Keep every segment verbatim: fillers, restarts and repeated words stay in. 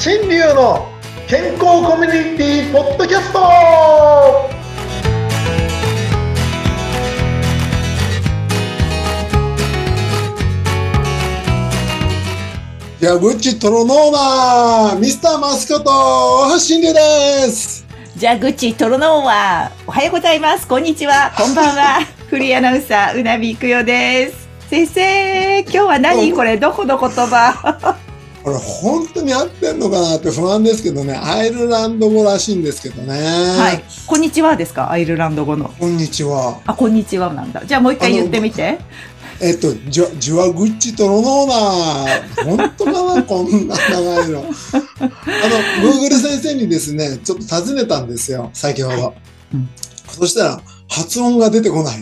新流の健康コミュニティポッドキャスト。 蛇口トロノーナーミスターマスコット大橋新流です。 蛇口トロノーワーおはようございます、こんにちは、こんばんは。フリーアナウンサーうなびいくよです。先生、今日は何これ、どこの言葉？ これ本当に合ってんのかなって不安ですけどね、アイルランド語らしいんですけどね。 はい、こんにちはですか、アイルランド語の。 こんにちは。 あ、こんにちはなんだ。じゃあもう一回言ってみて。 えっと、じゅ、じゅわぐっちとろのーなー。本当かなこんな長いの。あの、Google 先生にですね、ちょっと尋ねたんですよ、先ほど。うん、そしたら、発音が出てこない。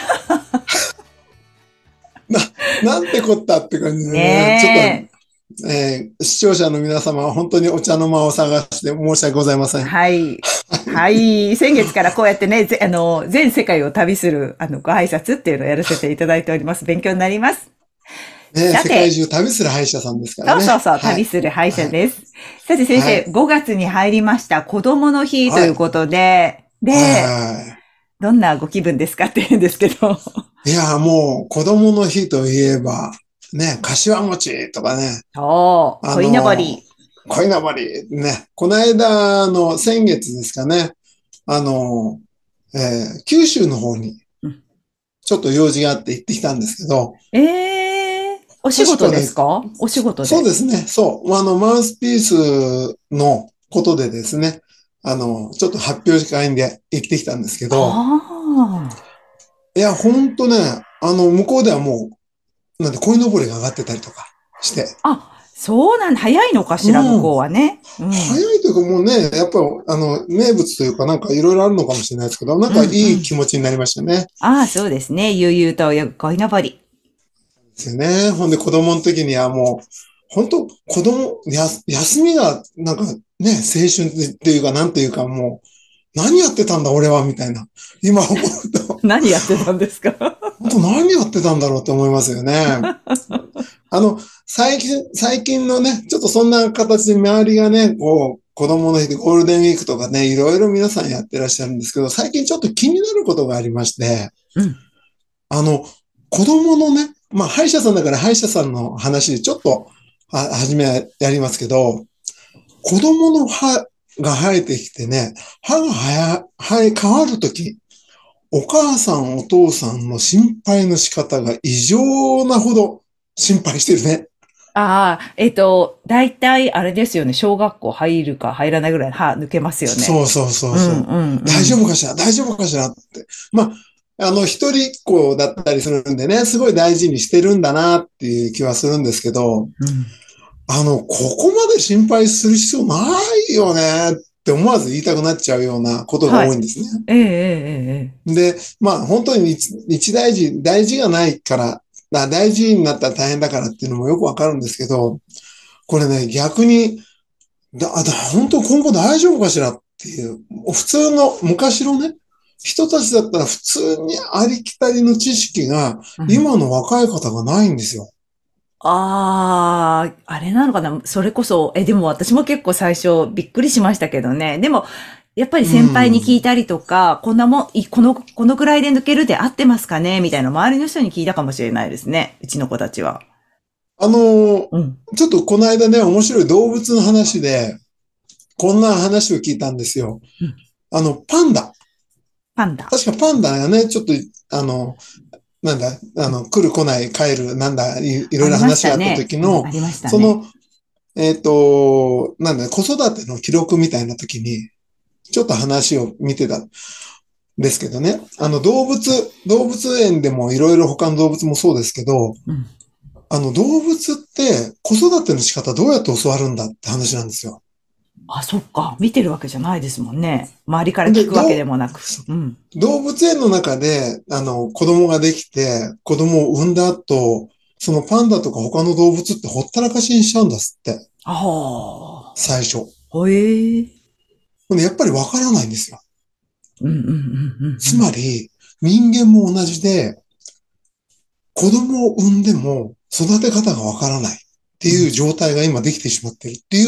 な、なんてこったって感じでね、ねちょっと、えー、視聴者の皆様は本当にお茶の間を探して申し訳ございません。 はい。はい。先月からこうやってね、あの、全世界を旅する、あの、ご挨拶っていうのをやらせていただいております。勉強になります。 ね、世界中旅する歯医者さんですからね。 そうそうそう、はい、旅する歯医者です。はい、さて先生、はい、ごがつに入りました子供の日ということで、はい、で、はい、どんなご気分ですかって言うんですけど。 いや、もう子供の日といえば、ね、柏餅とかね。 おー、鯉のぼり。 鯉のぼり。ね。この間の先月ですかね。あの、えー、九州の方に、ちょっと用事があって行ってきたんですけど。 ええー、お仕事ですか？お仕事で。 そうですね。そう。あの、マウスピースのことでですね。あの、ちょっと発表会で行ってきたんですけど。 あいや、ほんとね、あの、向こうではもう、なんで、鯉のぼりが上がってたりとかして。 あ、そうなんだ。早いのかしら、うん、向こうはね、 うん。早いというかもうね、やっぱ、あの、名物というかなんかいろいろあるのかもしれないですけど、なんかいい気持ちになりましたね。 うんうん、ああ、そうですね。悠々と泳ぐ鯉のぼり。 ですよね。ほんで子供の時にはもう、本当子供、や、休みが、なんかね、青春っていうか、なんていうかもう、何やってたんだ俺は、みたいな。今思うと。 何やってたんですか？ 本当何やってたんだろうって思いますよね。あの、最近、最近のね、ちょっとそんな形で周りがね、こう、子供の日でゴールデンウィークとかね、いろいろ皆さんやってらっしゃるんですけど、最近ちょっと気になることがありまして、うん、あの、子供のね、まあ、歯医者さんだから歯医者さんの話でちょっと、は、はじめやりますけど、子供の歯が生えてきてね、歯が生え、生え変わるとき、お母さんお父さんの心配の仕方が異常なほど心配してるね。 ああ、えっと、大体あれですよね。小学校入るか入らないぐらい歯抜けますよね。 そうそうそうそう。うんうんうん、大丈夫かしら大丈夫かしらって。まあ、あの、一人っ子だったりするんでね、すごい大事にしてるんだなっていう気はするんですけど、うん、あの、ここまで心配する必要ないよねって思わず言いたくなっちゃうようなことが多いんですね。 はい、ええええ。 で、まあ本当に一, 一大事、大事がないから、大事になったら大変だからっていうのもよくわかるんですけど、これね、逆に、だ、だ本当今後大丈夫かしらっていう、普通の昔のね、人たちだったら普通にありきたりの知識が、今の若い方がないんですよ。 うん、ああ、あれなのかな、それこそ、え、でも私も結構最初びっくりしましたけどね。でも、やっぱり先輩に聞いたりとか、うん、こんなもん、この、このくらいで抜けるで合ってますかねみたいな周りの人に聞いたかもしれないですね。うちの子たちは。 あのーうん、ちょっとこの間ね、面白い動物の話で、こんな話を聞いたんですよ。うん、あの、パンダ。 パンダ。 確かパンダがね、ちょっと、あの、なんだ、あの、来る来ない帰る、なんだ、い, いろいろ話があった時の、ねね、その、えっ、ー、と、なんだ、子育ての記録みたいな時に、ちょっと話を見てたんですけどね。あの、動物、動物園でもいろいろ他の動物もそうですけど、うん、あの、動物って子育ての仕方どうやって教わるんだって話なんですよ。 あ、そっか。見てるわけじゃないですもんね。周りから聞くわけでもなく。 うん、動物園の中で、あの、子供ができて、子供を産んだ後、そのパンダとか他の動物ってほったらかしにしちゃうんだっって。 ああ。 最初。 へえ。 やっぱりわからないんですよ。 うんうんうんうん。 つまり、人間も同じで、子供を産んでも育て方がわからないっていう状態が今できてしまってるっていう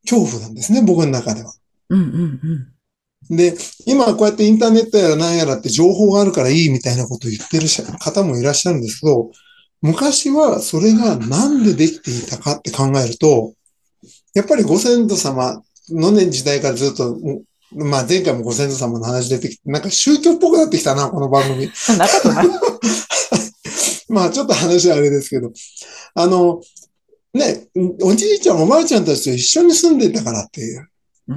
恐怖なんですね、僕の中では。 うんうんうん。 で、今こうやってインターネットやら何やらって情報があるからいいみたいなことを言ってる方もいらっしゃるんですけど、昔はそれがなんでできていたかって考えると、やっぱりご先祖様のね、時代からずっと、まあ前回もご先祖様の話出てきて、なんか宗教っぽくなってきたな、この番組。 そんなことない。 まあちょっと話はあれですけど、あの、ね、おじいちゃんおばあちゃんたちと一緒に住んでたからっていう、 うん。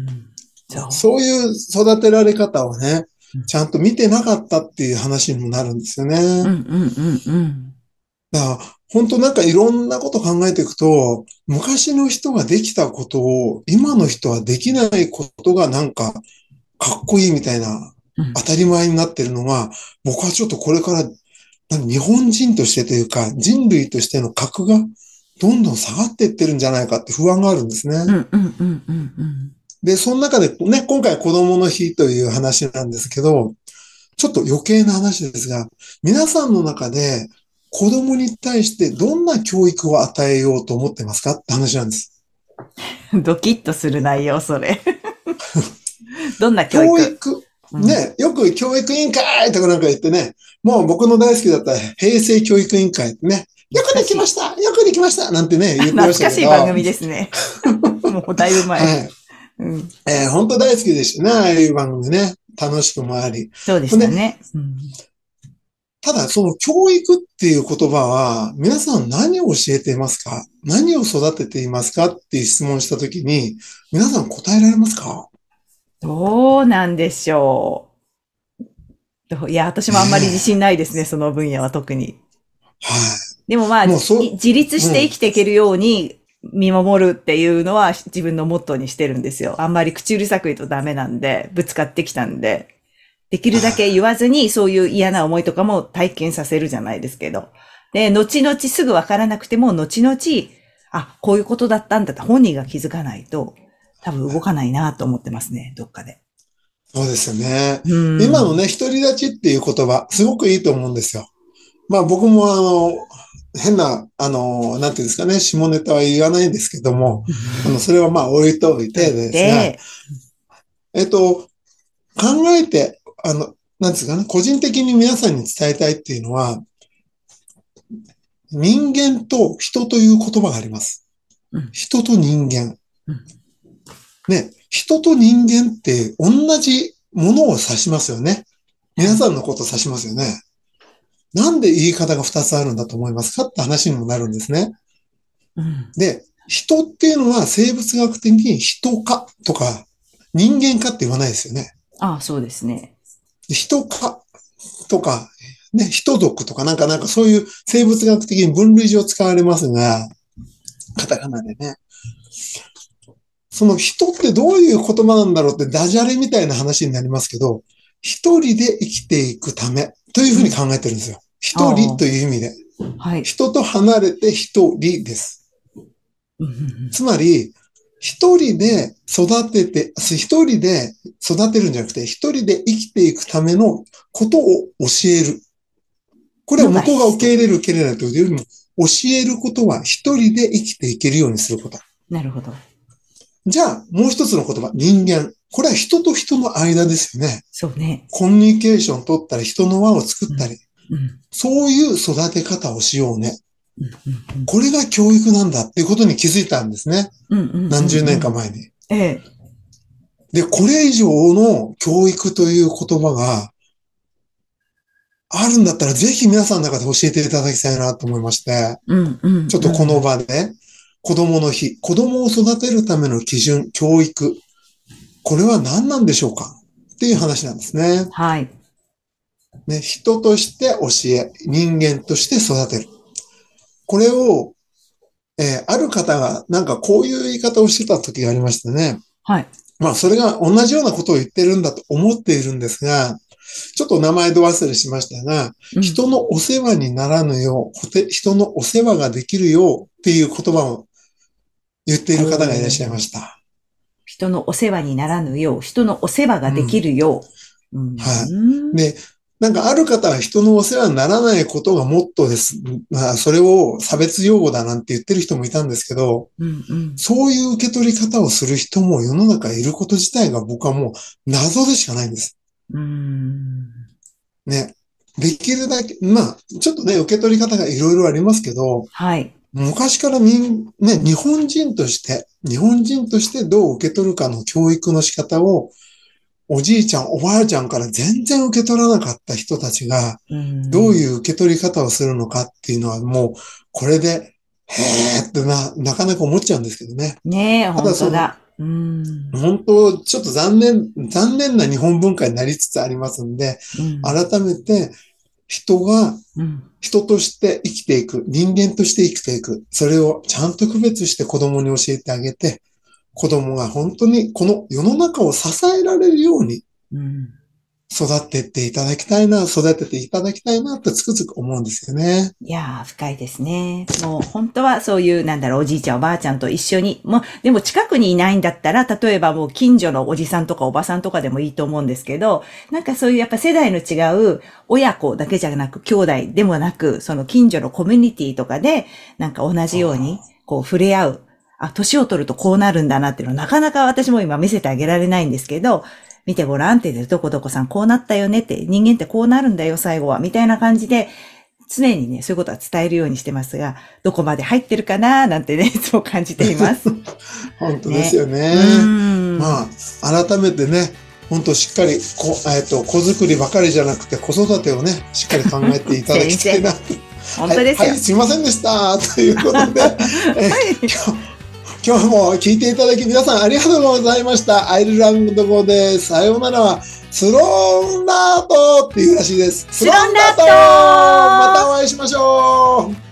そそういう育てられ方をね、 う。 ちゃんと見てなかったっていう話にもなるんですよね。 うんうんうんうん。 だから、本当なんかいろんなこと考えていくと、昔の人ができたことを今の人はできないことがなんかかっこいいみたいなうん当たり前になってるのが、僕はちょっとこれからなんか日本人としてというか人類としての格がどんどん下がっていってるんじゃないかって不安があるんですね。 うんうんうんうんうん。 で、その中でね、今回子供の日という話なんですけど、ちょっと余計な話ですが、皆さんの中で子供に対してどんな教育を与えようと思ってますかって話なんです。 ドキッとする内容、それ。どんな教教育？ 育、 うん。 ね、よく教育委員会とかなんか言ってね、もう僕の大好きだった平成教育委員会ってね、よくできま懐かしい。 したよくできましたなんてね、言って懐ましたけど、 かしい番組ですね。もうだいぶ前。 はい。 うん。 えー、本当大好きでしたね、ああいう番組ね。楽しくもあり。 そうでしほんで、 たね。うん。 ただ、その教育っていう言葉は、皆さん何を教えていますか？何を育てていますかっていう質問したときに、皆さん答えられますか？ どうなんでしょう。どういや、私もあんまり自ね信ないですね、その分野は特に。 え。はでもまあ、 い。もうそ、 い自立して生うん。 きていけるように見守るっていうのは自分のモットーにしてるんですよ。あんまり口うるさく言うとダメなんで、ぶつかってきたんで。できるだけ言わずにそういう嫌な思いとかも体験させるじゃないですけど。で、後々すぐわからなくても、後々、あ、こういうことだったんだって本人が気づかないと、多分動かないなと思ってますね、どっかで。 そうですよね。 うーん。 今のね、独り立ちっていう言葉、すごくいいと思うんですよ。まあ僕もあの、変な、あの、なんていうんですかね、下ネタは言わないんですけども、あの、それはまあ置いといてといですが、 て、 えっと、考えて、あの、なんですかね、個人的に皆さんに伝えたいっていうのは、人間と人という言葉があります。 うん、 人と人間。 うん、 ね、人と人間って同じものを指しますよね。 はい。 皆さんのことを指しますよね。なんで言い方が二つあるんだと思いますかって話にもなるんですね。 うん。 で、人っていうのは生物学的に人かとか人間かって言わないですよね。 ああ、そうですね。 人かとか、ね、人族とかなんかなんかそういう生物学的に分類上使われますが、カタカナでね。その人ってどういう言葉なんだろうってダジャレみたいな話になりますけど、一人で生きていくためというふうにうん。 考えてるんですよ。一人あという意味で。 あ、はい。 人と離れて一人です。 うん、うん、 つまり、一人で育てて、一人で育てるんじゃなくて、一人で生きていくためのことを教える。これはのが向こうが受け人。 入れる受け入れないというよりも、教えることは一人で生きていけるようにすること。 なるほど。 じゃあ、もう一つの言葉、人間。これは人と人の間ですよね。 そうね。 コミュニケーション取ったり、人の輪を作ったり、 うん、 そういう育て方をしようね。 うん、うん、 これが教育なんだっていうことに気づいたんですね。 うん、うん、うん、 何十年うん。 か前に。 ええ。 で、これ以上の教育という言葉があるんだったら、ぜひ皆さんの中で教えていただきたいなと思いまして、 うん、うん、 ちょっとこのうん。 場で、子供の日、子供を育てるための基準、教育、これは何なんでしょうかっていう話なんですね。 はい。 ね、人として教え、人間として育てる。これを、えーある方がなんかこういう言い方をしてた時がありましてね。 はい。 まあそれが同じようなことを言ってるんだと思っているんですが、ちょっと名前ど忘れしましたが、 うん。 人のお世話にならぬよう、人のお世話ができるようっていう言葉を言っている方がいらっしゃいまおー。 した。 人のお世話にならぬよう、人のお世話ができうん。 るよう。うはん。 い。で、 なんかある方は人のお世話にならないことがモットーです。まあ、それを差別用語だなんて言ってる人もいたんですけど、 うんうん。 そういう受け取り方をする人も世の中にいること自体が僕はもう謎でしかないんです。 うーん。 ね。できるだけ、まあ、ちょっとね、受け取り方がいろいろありますけど、 はい。 昔からみん、ね、日本人として、日本人としてどう受け取るかの教育の仕方を、おじいちゃん、おばあちゃんから全然受け取らなかった人たちが、 うどうん。 いう受け取り方をするのかっていうのはもう、これで、へーってな、なかなか思っちゃうんですけどね。 ねえ、 ただその、 本当だ。うん。 本当、ちょっと残念、残念な日本文化になりつつありますんで、 うん。 改めて人がうん。 人として生きていく、人間として生きていく、それをちゃんと区別して子供に教えてあげて、子供が本当にこの世の中を支えられるようにうん。 育っていっていただきたいな、育てていただきたいなってつくづく思うんですよね。 いやー、深いですね。もう本当はそういう、なんだろう、おじいちゃんおばあちゃんと一緒に、もう、でも近くにいないんだったら、例えばもう近所のおじさんとかおばさんとかでもいいと思うんですけど、なんかそういうやっぱ世代の違う親子だけじゃなく、兄弟でもなく、その近所のコミュニティとかで、なんか同じように、こう触れ合う。あ、年を取るとこうなるんだなっていうのはなかなか私も今見せてあげられないんですけど、見てごらんって言って、どこどこさんこうなったよねって、人間ってこうなるんだよ最後は、みたいな感じで、常にね、そういうことは伝えるようにしてますが、どこまで入ってるかななんてね、いつも感じています。 本当ですね。 よね。 うーん。 まあ、改めてね、本当しっかりこ、えっと、子作りばかりじゃなくて子育てをね、しっかり考えていただきたいな。 本当ですよ。 はい、はい、すいませんでした。ということで、え今日今日も聞いていただき皆さんありがとうございました。アイルランド語でさようならはスローンラートっていうらしいです。 スロンラートまたお会いしましょう。